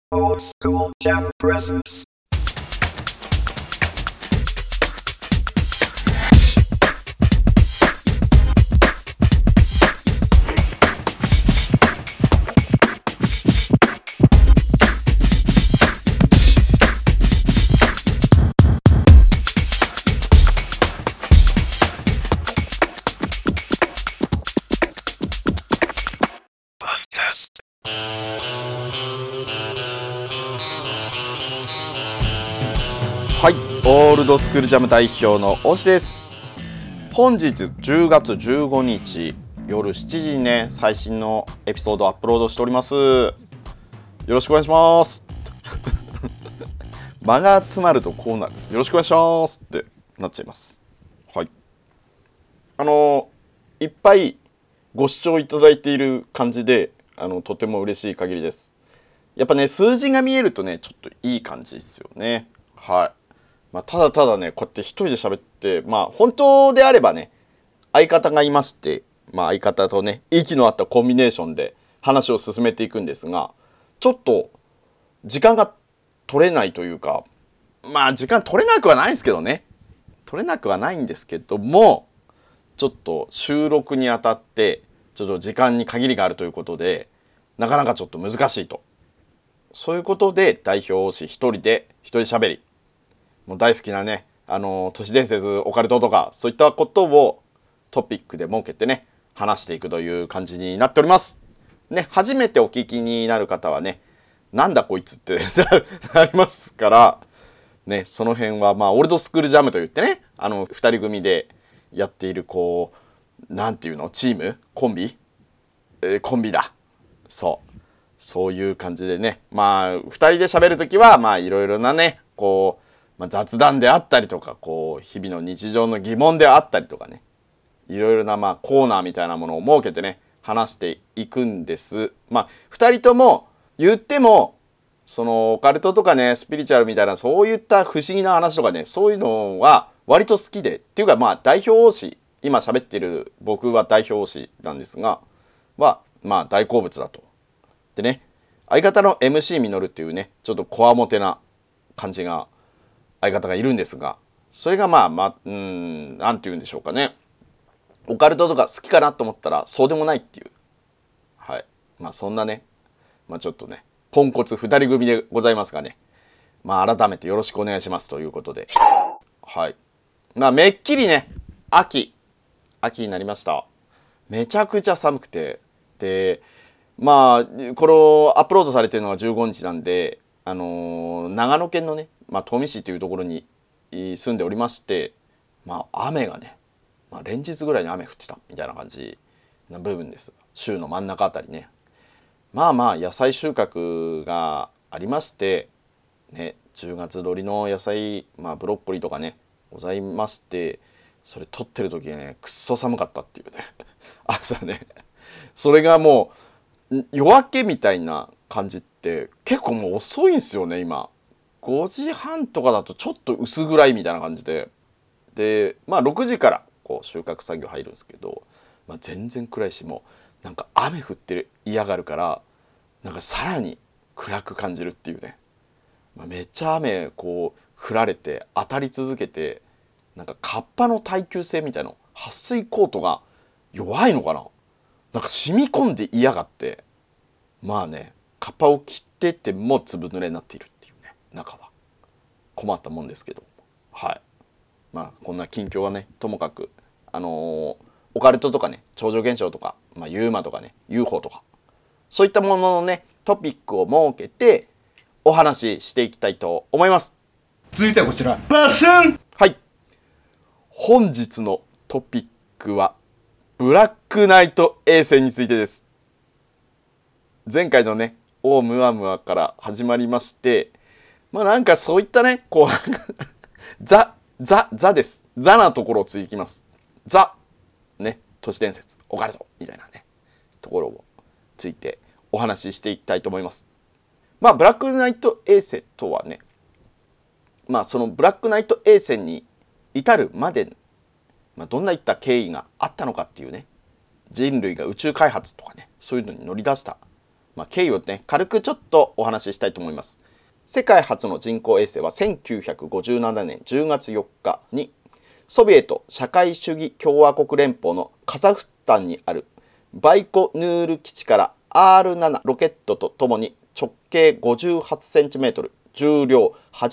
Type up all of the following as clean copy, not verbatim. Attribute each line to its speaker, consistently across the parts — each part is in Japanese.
Speaker 1: Old School Jam Presents.
Speaker 2: はい、オールドスクールジャム代表の大志です。本日10月15日夜7時にね、最新のエピソードをアップロードしております。よろしくお願いします。間が詰まるとこうなる。よろしくお願いしますってなっちゃいます。はい。いっぱいご視聴いただいている感じで、とても嬉しい限りです。やっぱね、数字が見えるとね、ちょっといい感じですよね。はい。ただただね、こうやって一人で喋って、本当であればね、相方がいまして、相方とね、息の合ったコンビネーションで話を進めていくんですが、ちょっと時間が取れないというか、時間取れなくはないんですけどね。取れなくはないんですけども、ちょっと収録にあたって、ちょっと時間に限りがあるということで、なかなかちょっと難しいと。そういうことで代表推し一人喋り。もう大好きなね、都市伝説オカルトとかそういったことをトピックで設けてね、話していくという感じになっております。ね、初めてお聞きになる方はね、なんだこいつってなりますから、ね、その辺はオールドスクールジャムといってね、二人組でやっているなんていうの、チームコンビ、コンビだ。そういう感じでね、二人で喋るときはいろいろなね、雑談であったりとか、日々の日常の疑問であったりとかね、いろいろなコーナーみたいなものを設けてね、話していくんです。二人とも言っても、そのオカルトとかね、スピリチュアルみたいなそういった不思議な話とかね、そういうのは割と好きで、っていうか代表推し、今喋ってる僕は代表推しなんですが、大好物だと。でね、相方の MC ミノルっていうね、ちょっとこわもてな感じが相方がいるんですが、それがなんて言うんでしょうかね、オカルトとか好きかなと思ったらそうでもないっていう、はい、そんなね、ちょっとねポンコツ二人組でございますがね、改めてよろしくお願いしますということで、はい、めっきりね、秋になりました。めちゃくちゃ寒くて、でこれをアップロードされてるのが15日なんで、長野県のね、東御市というところに住んでおりまして、雨がね、連日ぐらいに雨降ってたみたいな感じな部分です。週の真ん中あたりね、野菜収穫がありましてね、10月採りの野菜、ブロッコリーとかねございまして、それ取ってる時ね、くっそ寒かったっていうね朝ね、それがもう夜明けみたいな感じって結構もう遅いんですよね。今5時半とかだとちょっと薄暗いみたいな感じで、6時から収穫作業入るんですけど、全然暗いし、もうなんか雨降って嫌がるから、なんかさらに暗く感じるっていうね、めっちゃ雨降られて当たり続けて、なんかカッパの耐久性みたいな、撥水コートが弱いのかな、なんか染み込んで嫌がって、カッパを切ってても粒濡れになっているっていうね、中は困ったもんですけど、はい、こんな近況はね、ともかくオカルトとかね、超常現象とか、ユーマとかね、 UFO とか、そういったもののねトピックを設けてお話ししていきたいと思います。
Speaker 3: 続いてはこちら、バスン。
Speaker 2: はい、本日のトピックはブラックナイト衛星についてです。前回のねオウムアムアから始まりまして、なんかそういったねザです。ザなところをついてきます。ザね、都市伝説オカルトみたいなねところをついてお話ししていきたいと思います。ブラックナイト衛星とはね、そのブラックナイト衛星に至るまで、どんないった経緯があったのかっていうね、人類が宇宙開発とかね、そういうのに乗り出した、 経緯をね、軽くちょっとお話ししたいと思います。世界初の人工衛星は1957年10月4日に、ソビエト社会主義共和国連邦のカザフスタンにあるバイコヌール基地から R7 ロケットとともに直径 58cm、重量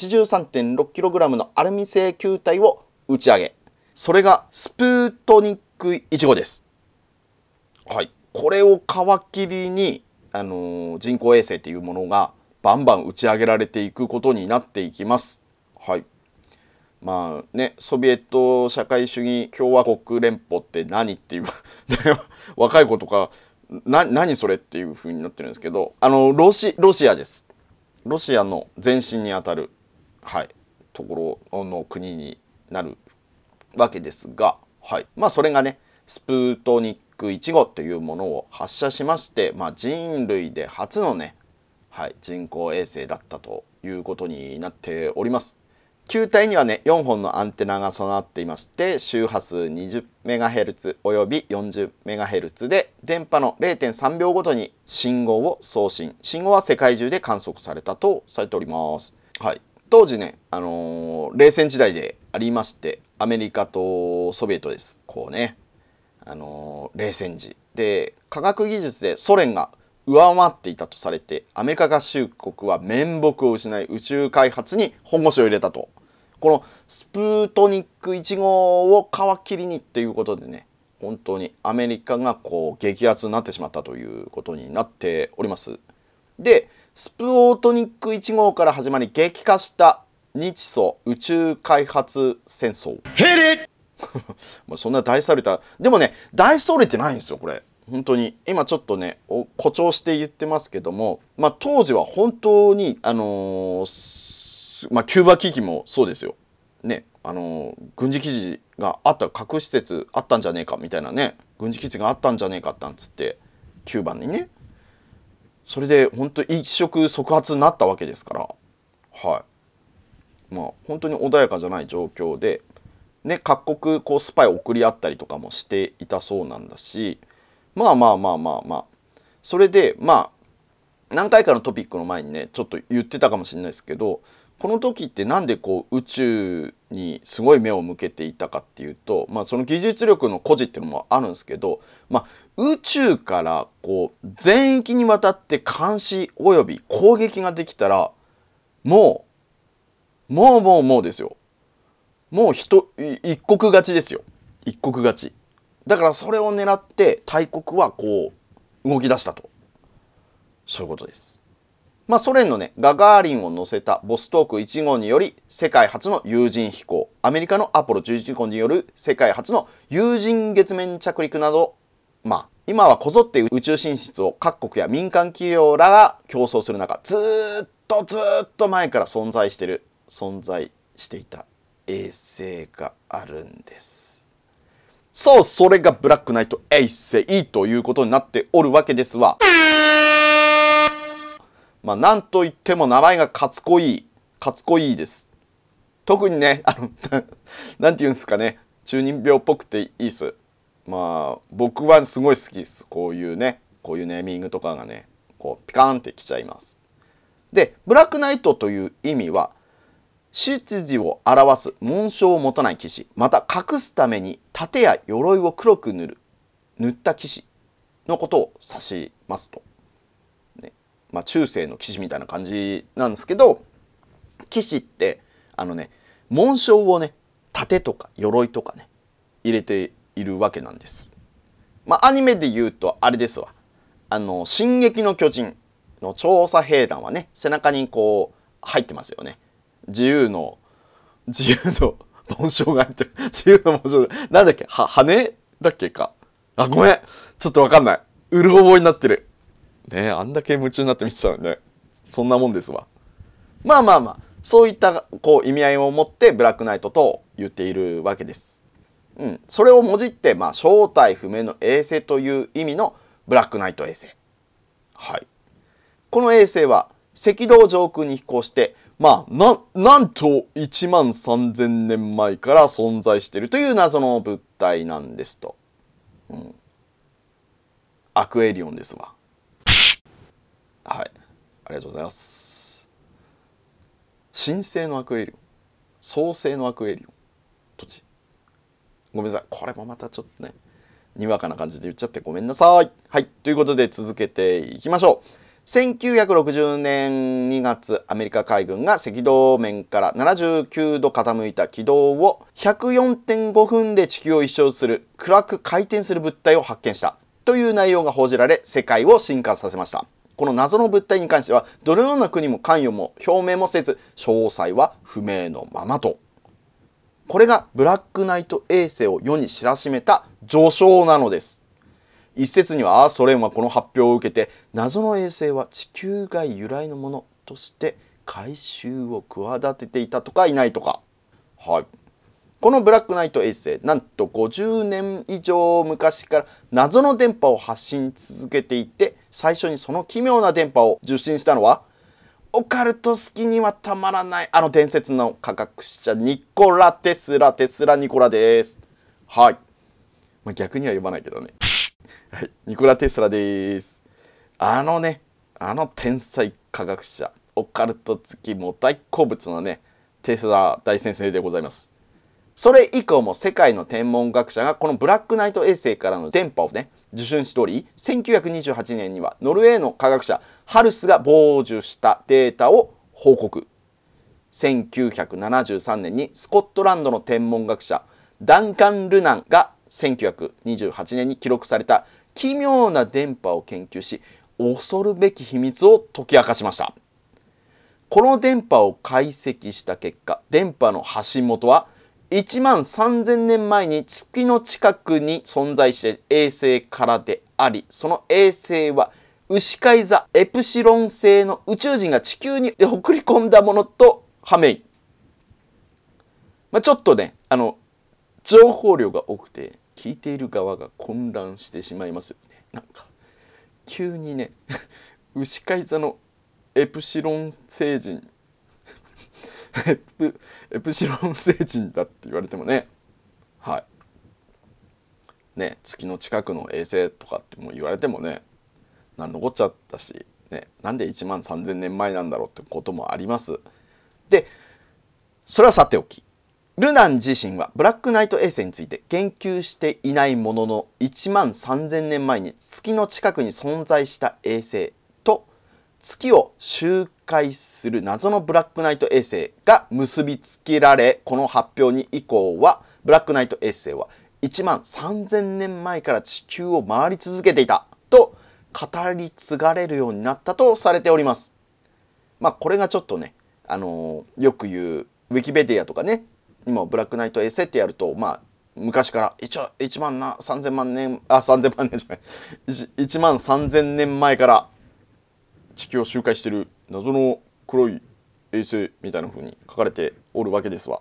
Speaker 2: 83.6kg のアルミ製球体を打ち上げ、それがスプートニック1号です。はい、これを皮切りに、人工衛星というものがバンバン打ち上げられていくことになっていきます。はい。ソビエト社会主義共和国連邦って何っていう若い子とか何それっていう風になってるんですけど、ロシアです。ロシアの前身にあたる、はい、ところの国になるわけですが、はい、それがね、スプートニック1号というものを発射しまして、人類で初のね、はい、人工衛星だったということになっております。球体にはね、4本のアンテナが備わっていまして、周波数 20MHz および 40MHz で電波の 0.3 秒ごとに信号を送信。信号は世界中で観測されたとされております。はい、当時ね、冷戦時代でありまして、アメリカとソビエトです。こうね、冷戦時で科学技術でソ連が上回っていたとされて、アメリカ合衆国は面目を失い宇宙開発に本腰を入れたと。このスプートニック1号を皮切りにっていうことでね、本当にアメリカがこう激アツになってしまったということになっております。で、スプートニック1号から始まり激化した日ソ宇宙開発戦争。そんな大それた、でもね、大それてないんですよ、これ。本当に今ちょっとね誇張して言ってますけども、当時は本当にキューバ危機もそうですよね。軍事基地があった、核施設あったんじゃねえかみたいなね、軍事基地があったんじゃねえかってつってキューバにね、それで本当一触即発になったわけですから、はい、本当に穏やかじゃない状況でね、各国こうスパイを送り合ったりとかもしていたそうなんだし、それで何回かのトピックの前にねちょっと言ってたかもしれないですけど、この時ってなんでこう宇宙にすごい目を向けていたかっていうと、その技術力の誇示っていうのもあるんですけど、宇宙からこう全域にわたって監視および攻撃ができたらもうですよ。もう一国勝ちですよ。一国勝ち。だからそれを狙って大国はこう動き出したと。そういうことです。ソ連のね、ガガーリンを乗せたボストーク1号により世界初の有人飛行、アメリカのアポロ11号による世界初の有人月面着陸など、今はこぞって宇宙進出を各国や民間企業らが競争する中、ずーっと前から存在していた衛星があるんです。そう、それがブラックナイト衛星ということになっておるわけですわ。なんといっても名前がかっこいいです。特にね、なんていうんですかね、中二病っぽくていいっす。僕はすごい好きです。こういうネーミングとかがね、こうピカーンってきちゃいます。で、ブラックナイトという意味は、出自を表す紋章を持たない騎士、また隠すために盾や鎧を黒く塗った騎士のことを指しますと。ね、中世の騎士みたいな感じなんですけど、騎士って紋章をね、盾とか鎧とかね入れているわけなんです。アニメで言うとあれですわ。進撃の巨人の調査兵団はね、背中にこう入ってますよね。自由の紋章が入ってる。自由の紋章なんだっけ、羽だっけか。ごめん、ちょっとわかんない。うる覚えになってるね。あんだけ夢中になって見てたのね。そんなもんですわ。そういったこう意味合いを持ってブラックナイトと言っているわけです。それをもじって正体不明の衛星という意味のブラックナイト衛星。はい。この衛星は赤道上空に飛行して、なんと1万3000年前から存在しているという謎の物体なんですと。アクエリオンですわ。 はい、ありがとうございます。新星のアクエリオン、創星のアクエリオン、どっち？ごめんなさい、これもまたちょっとねにわかな感じで言っちゃってごめんなさい。はい、ということで続けていきましょう。1960年2月、アメリカ海軍が赤道面から79度傾いた軌道を 104.5 分で地球を一周する暗く回転する物体を発見したという内容が報じられ、世界を震撼させました。この謎の物体に関してはどのような国も関与も表明もせず、詳細は不明のままと。これがブラックナイト衛星を世に知らしめた序章なのです。一説にはソ連はこの発表を受けて、謎の衛星は地球外由来のものとして回収を企てていたとかいないとか。はい。このブラックナイト衛星、なんと50年以上昔から謎の電波を発信続けていて、最初にその奇妙な電波を受信したのは、オカルト好きにはたまらないあの伝説の科学者ニコラ・テスラニコラです。はい。逆には呼ばないけどね。はい、ニコラ・テスラです。あの天才科学者、オカルト好きも大好物のね、テスラ大先生でございます。それ以降も世界の天文学者がこのブラックナイト衛星からの電波をね、受信しており、1928年にはノルウェーの科学者ハルスが傍受したデータを報告。1973年にスコットランドの天文学者ダンカン・ルナンが1928年に記録された奇妙な電波を研究し、恐るべき秘密を解き明かしました。この電波を解析した結果、電波の発信元は1万3000年前に月の近くに存在している衛星からであり、その衛星は牛飼い座エプシロン星の宇宙人が地球に送り込んだものと判明。ちょっとね、情報量が多くて聞いている側が混乱してしまいますよね。なんか急にね牛飼い座のエプシロン星人エプシロン星人だって言われてもね、はいね、月の近くの衛星とかっても言われてもね、なんのこっちゃったし、ね、なんで1万3000年前なんだろうってこともあります。で、それはさておき、ルナン自身はブラックナイト衛星について言及していないものの、1万3000年前に月の近くに存在した衛星と月を周回する謎のブラックナイト衛星が結びつけられ、この発表に以降はブラックナイト衛星は1万3000年前から地球を回り続けていたと語り継がれるようになったとされております。これがちょっとね、よく言うウィキペディアとかね、今ブラックナイト衛星ってやると、昔から1万3000万年3000万年じゃない1万3000年前から地球を周回してる謎の黒い衛星みたいな風に書かれておるわけですわ。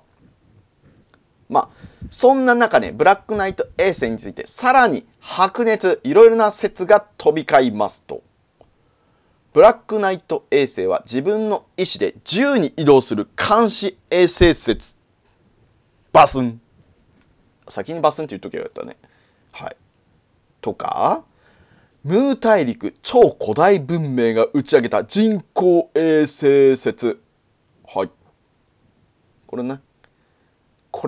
Speaker 2: そんな中ね、ブラックナイト衛星についてさらに白熱いろいろな説が飛び交いますと、ブラックナイト衛星は自分の意思で自由に移動する監視衛星説。バスン。先にバスンって言っとけばよかったね。はい。とか、ムー大陸超古代文明が打ち上げた人工衛星説。はい。これね。これ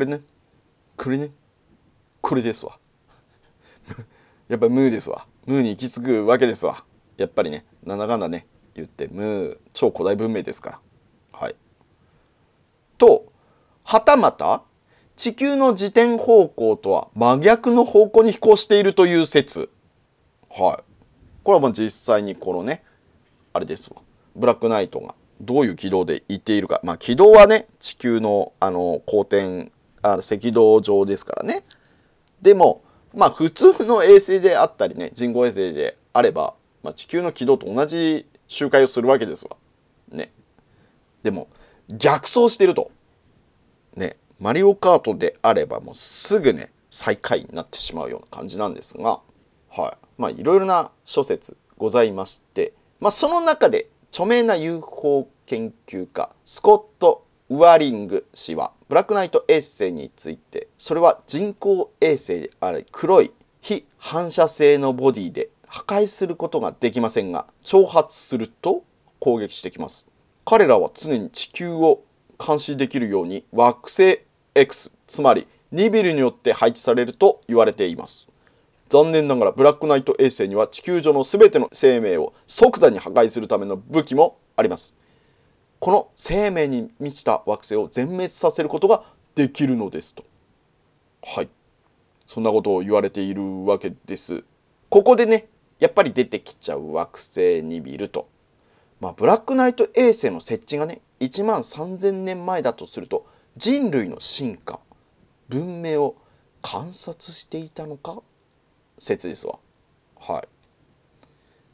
Speaker 2: ですわ。やっぱムーですわ。ムーに行き着くわけですわ。やっぱりね、なんだかんだね、言ってムー超古代文明ですから。はい。と、はたまた、地球の自転方向とは真逆の方向に飛行しているという説。はい。これは実際にこのね、あれですわ。ブラックナイトがどういう軌道で行っているか。軌道はね、地球の公転、赤道上ですからね。でも、普通の衛星であったりね、人工衛星であれば、地球の軌道と同じ周回をするわけですわ。ね。でも、逆走してると。ね。マリオカートであればもうすぐね、最下位になってしまうような感じなんですが、はい。いろいろな諸説ございまして、その中で著名な UFO 研究家、スコット・ウワリング氏は、ブラックナイト衛星について、それは人工衛星である黒い非反射性のボディで、 破壊することができませんが、挑発すると攻撃してきます。彼らは常に地球を監視できるように惑星 X、つまりニビルによって配置されると言われています。残念ながらブラックナイト衛星には地球上の全ての生命を即座に破壊するための武器もあります。この生命に満ちた惑星を全滅させることができるのですと。はい。そんなことを言われているわけです。ここでね、やっぱり出てきちゃう惑星ニビルと。ブラックナイト衛星の設置がね、1万3000年前だとすると、人類の進化、文明を観察していたのか説ですわ。はい。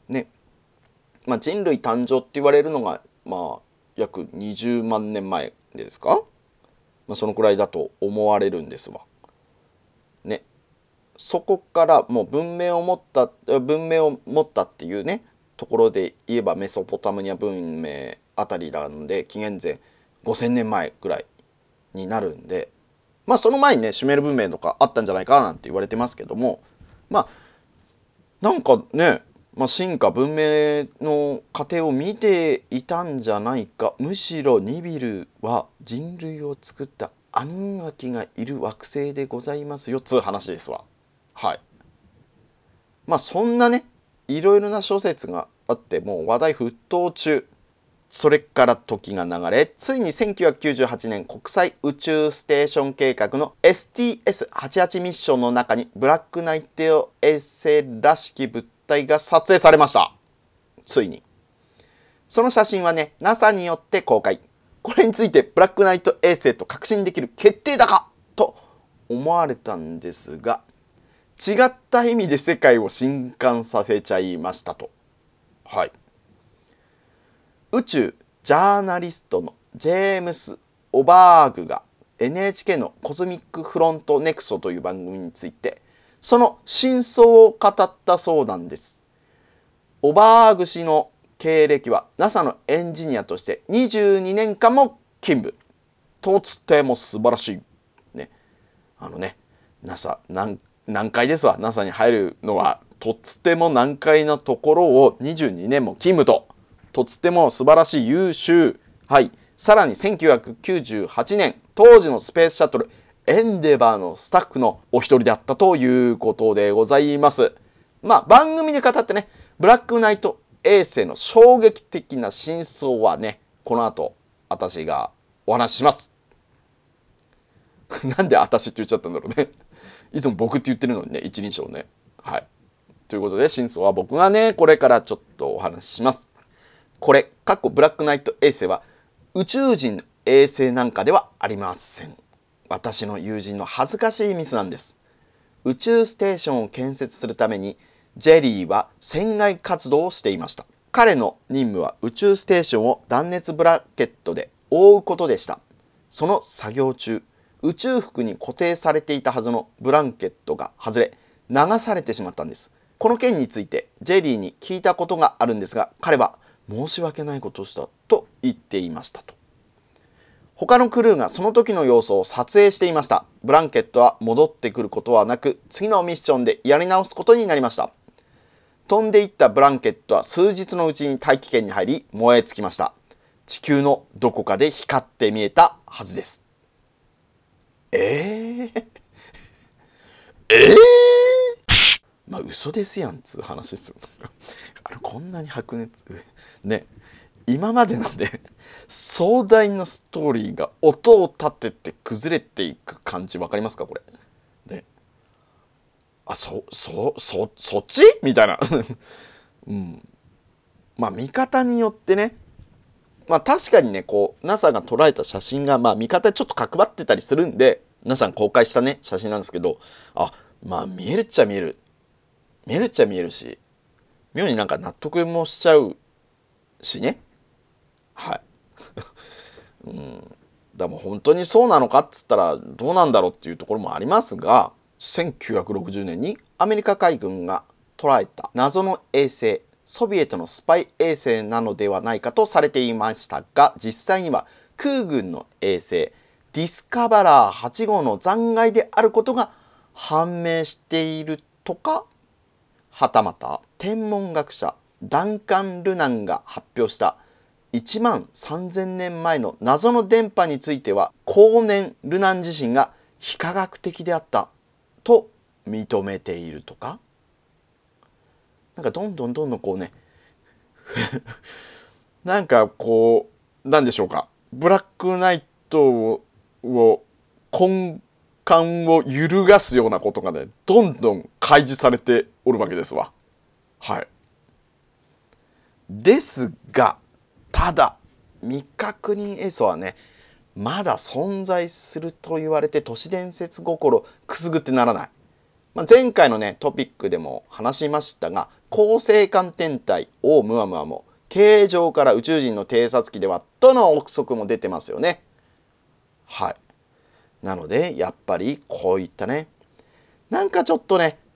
Speaker 2: ね。人類誕生って言われるのが、約20万年前ですか？そのくらいだと思われるんですわ。ね。そこからもう文明を持ったっていうね、ところで言えばメソポタミア文明あたりなんで、紀元前5000年前ぐらいになるんで、その前にね、シュメール文明とかあったんじゃないかなんて言われてますけども、なんかね、進化文明の過程を見ていたんじゃないか。むしろニビルは人類を作ったアヌンアキがいる惑星でございますよつう話ですわ。はい。そんなね、いろいろな諸説があってもう話題沸騰中。それから時が流れ、ついに1998年国際宇宙ステーション計画の STS-88 ミッションの中にブラックナイト衛星らしき物体が撮影されました。ついに。その写真はね、NASA によって公開。これについてブラックナイト衛星と確信できる決定だかと思われたんですが、違った意味で世界を震撼させちゃいましたと。はい。宇宙ジャーナリストのジェームス・オバーグが NHK のコズミックフロントネクソという番組についてその真相を語ったそうなんです。オバーグ氏の経歴は NASA のエンジニアとして22年間も勤務。とつっても素晴らしい。ね。NASA 難解ですわ。NASA に入るのはとつても難解なところを22年も勤務とつても素晴らしい優秀。はい。さらに1998年、当時のスペースシャトルエンデバーのスタッフのお一人であったということでございます。番組で語ってね、ブラックナイト衛星の衝撃的な真相はね、この後私がお話しします。なんで私って言っちゃったんだろうね。いつも僕って言ってるのにね、一人称ね。はい。ということで真相は僕がね、これからちょっとお話しします。これ、ブラックナイト衛星は宇宙人の衛星なんかではありません。私の友人の恥ずかしいミスなんです。宇宙ステーションを建設するためにジェリーは船外活動をしていました。彼の任務は宇宙ステーションを断熱ブラケットで覆うことでした。その作業中、宇宙服に固定されていたはずのブランケットが外れ、流されてしまったんです。この件についてジェリーに聞いたことがあるんですが、彼は申し訳ないことをしたと言っていましたと。他のクルーがその時の様子を撮影していました。ブランケットは戻ってくることはなく、次のミッションでやり直すことになりました。飛んでいったブランケットは数日のうちに大気圏に入り燃え尽きました。地球のどこかで光って見えたはずです。嘘ですやんつう話ですよ。こんなに白熱ね、今までので壮大なストーリーが音を立てて崩れていく感じ、わかりますかこれ。で、そっちみたいな見方によってね、確かにね、NASA が捉えた写真が見方ちょっと角張ってたりするんで、NASA が公開したね写真なんですけど、見えるっちゃ見えるし、妙になんか納得もしちゃうしね。はい。だもう本当にそうなのかっつったらどうなんだろうっていうところもありますが、1960年にアメリカ海軍が捉えた謎の衛星、ソビエトのスパイ衛星なのではないかとされていましたが、実際には空軍の衛星ディスカバラー8号の残骸であることが判明しているとか、はたまた天文学者ダンカン・ルナンが発表した1万3000年前の謎の電波については後年ルナン自身が非科学的であったと認めているとか、なんかどんどんこうねなんかこうなんでしょうか、ブラックナイトを根幹を揺るがすようなことがねどんどん開示されておるわけですわ。はい。ですがただ未確認映像はねまだ存在すると言われて都市伝説心くすぐってならない。前回のねトピックでも話しましたが、恒星間天体オウムアムアも形状から宇宙人の偵察機ではとの憶測も出てますよね。はい。なのでやっぱりこういったねなんかちょっとね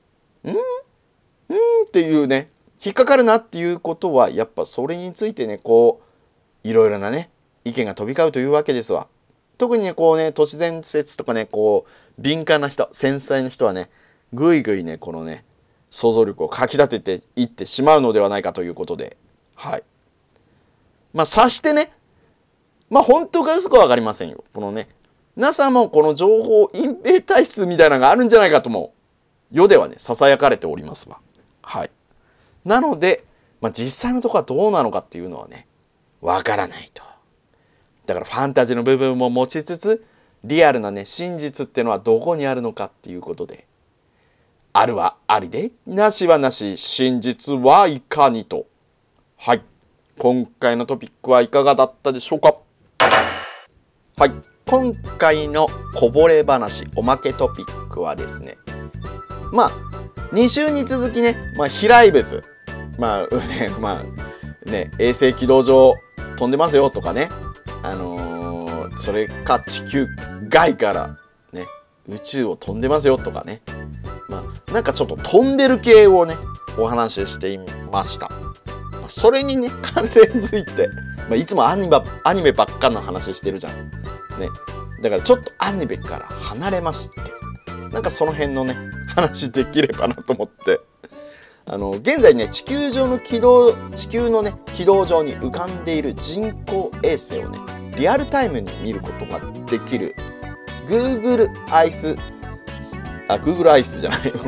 Speaker 2: っていうね引っかかるなっていうことはやっぱそれについてねこういろいろなね意見が飛び交うというわけですわ。特にねこうね都市伝説とかねこう敏感な人繊細な人はねぐいぐいねこのね想像力をかきたてていってしまうのではないかということで、はい。察してね本当か嘘か分かりませんよ。このね NASA もこの情報隠蔽体質みたいなのがあるんじゃないかとも世ではねささやかれておりますわ。はい。なので、実際のところはどうなのかっていうのはね分からないと。だからファンタジーの部分も持ちつつリアルなね真実っていうのはどこにあるのかっていうことで、あるはありでなしはなし、真実はいかにと。はい。今回のトピックはいかがだったでしょうか。はい。今回のこぼれ話おまけトピックはですね、2週に続きね、飛来物衛星軌道上飛んでますよとかね、それか地球外からね宇宙を飛んでますよとかね、なんかちょっと飛んでる系をねお話ししていました。それにね関連づいて、いつもアニメばっかの話してるじゃんね。だからちょっとアニメから離れまして、なんかその辺のね話できればなと思って、現在ね地球のね軌道上に浮かんでいる人工衛星をねリアルタイムに見ることができる Google Ice じゃないよ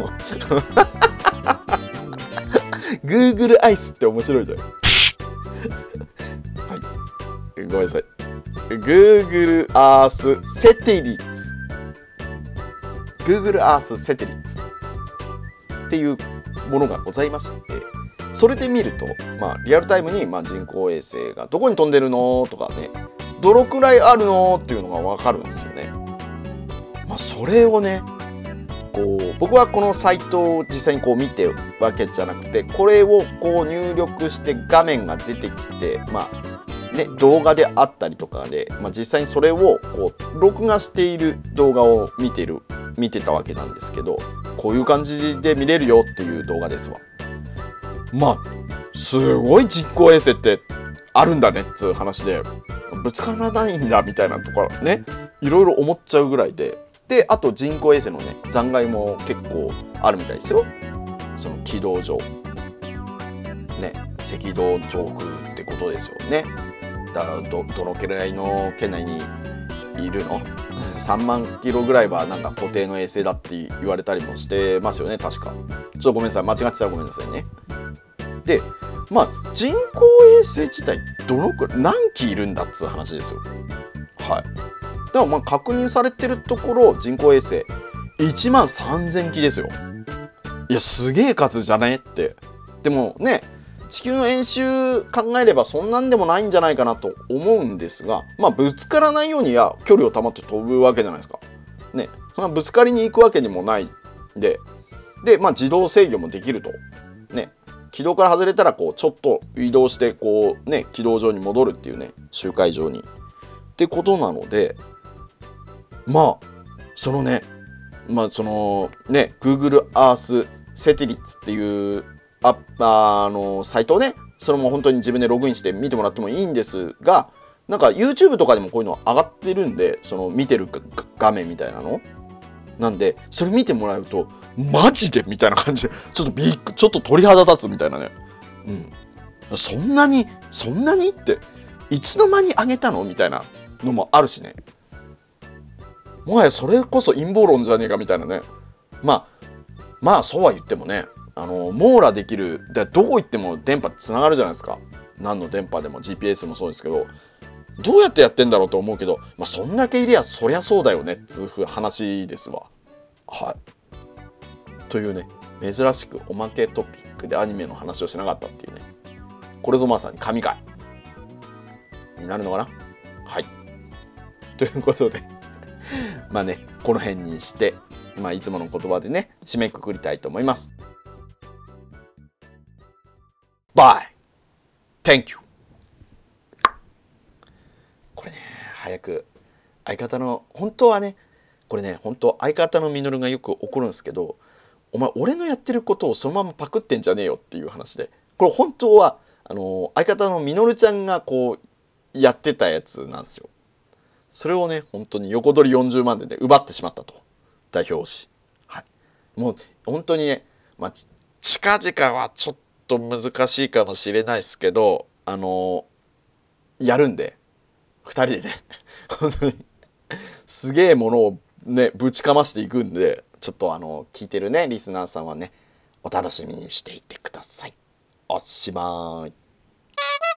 Speaker 2: Google Ice って面白いじゃんはい、ごめんなさい。 Google Earth Satellites っていうものがございまして、それで見るとリアルタイムに人工衛星がどこに飛んでるのとかね、どのくらいあるのっていうのが分かるんですよね。それをねこう僕はこのサイトを実際にこう見てるわけじゃなくて、これをこう入力して画面が出てきて動画であったりとかで、実際にそれをこう録画している動画を見てたわけなんですけど、こういう感じで見れるよっていう動画ですわ。すごい人工衛星ってあるんだねっつう話で、ぶつからないんだみたいなところねいろいろ思っちゃうぐらいで、あと人工衛星のね残骸も結構あるみたいですよ。その軌道上ね、赤道上空ってことですよね。だからどのくらいの圏内にいるの3万キロぐらいはなんか固定の衛星だって言われたりもしてますよね、確か。ちょっとごめんなさい、間違ってたらごめんなさいね。で人工衛星自体何機いるんだっつう話ですよ。はい。でも確認されてるところ人工衛星1万3000機ですよ。いやすげえ数じゃねって。でもね地球の円周考えればそんなんでもないんじゃないかなと思うんですが、ぶつからないようには距離を保って飛ぶわけじゃないですかね。ぶつかりに行くわけにもないで自動制御もできるとね。軌道から外れたらこうちょっと移動してこうね軌道上に戻るっていうね、周回上にってことなので、そのねGoogle Earth Satellitesっていうサイトをね、それも本当に自分でログインして見てもらってもいいんですが、なんか YouTube とかでもこういうの上がってるんで、その見てる画面みたいなのなんでそれ見てもらうとマジでみたいな感じでちょっと鳥肌立つみたいなね。そんなにっていつの間にあげたのみたいなのもあるしね。もはやそれこそ陰謀論じゃねえかみたいなね。まあそうは言ってもね、網羅できるどこ行っても電波つながるじゃないですか。何の電波でも GPS もそうですけど、どうやってやってんだろうと思うけど、そんだけいりゃそりゃそうだよねっつう話ですわ。はい。というね、珍しくおまけトピックでアニメの話をしなかったっていうね、これぞまさに神回になるのかな。はい。ということでこの辺にして、いつもの言葉でね締めくくりたいと思います。Bye! Thank you! これね、早く相方の本当相方のミノルがよく怒るんですけど、お前俺のやってることをそのままパクってんじゃねえよっていう話で、これ本当は相方のミノルちゃんがこうやってたやつなんですよ。それをね本当に横取り40万でね奪ってしまったと、代表し、はい、もう本当にね、近々はちょっと難しいかもしれないですけど、やるんで2人でね本当にすげえものをねぶちかましていくんで、ちょっと聞いてるねリスナーさんはねお楽しみにしていてください。おしまい。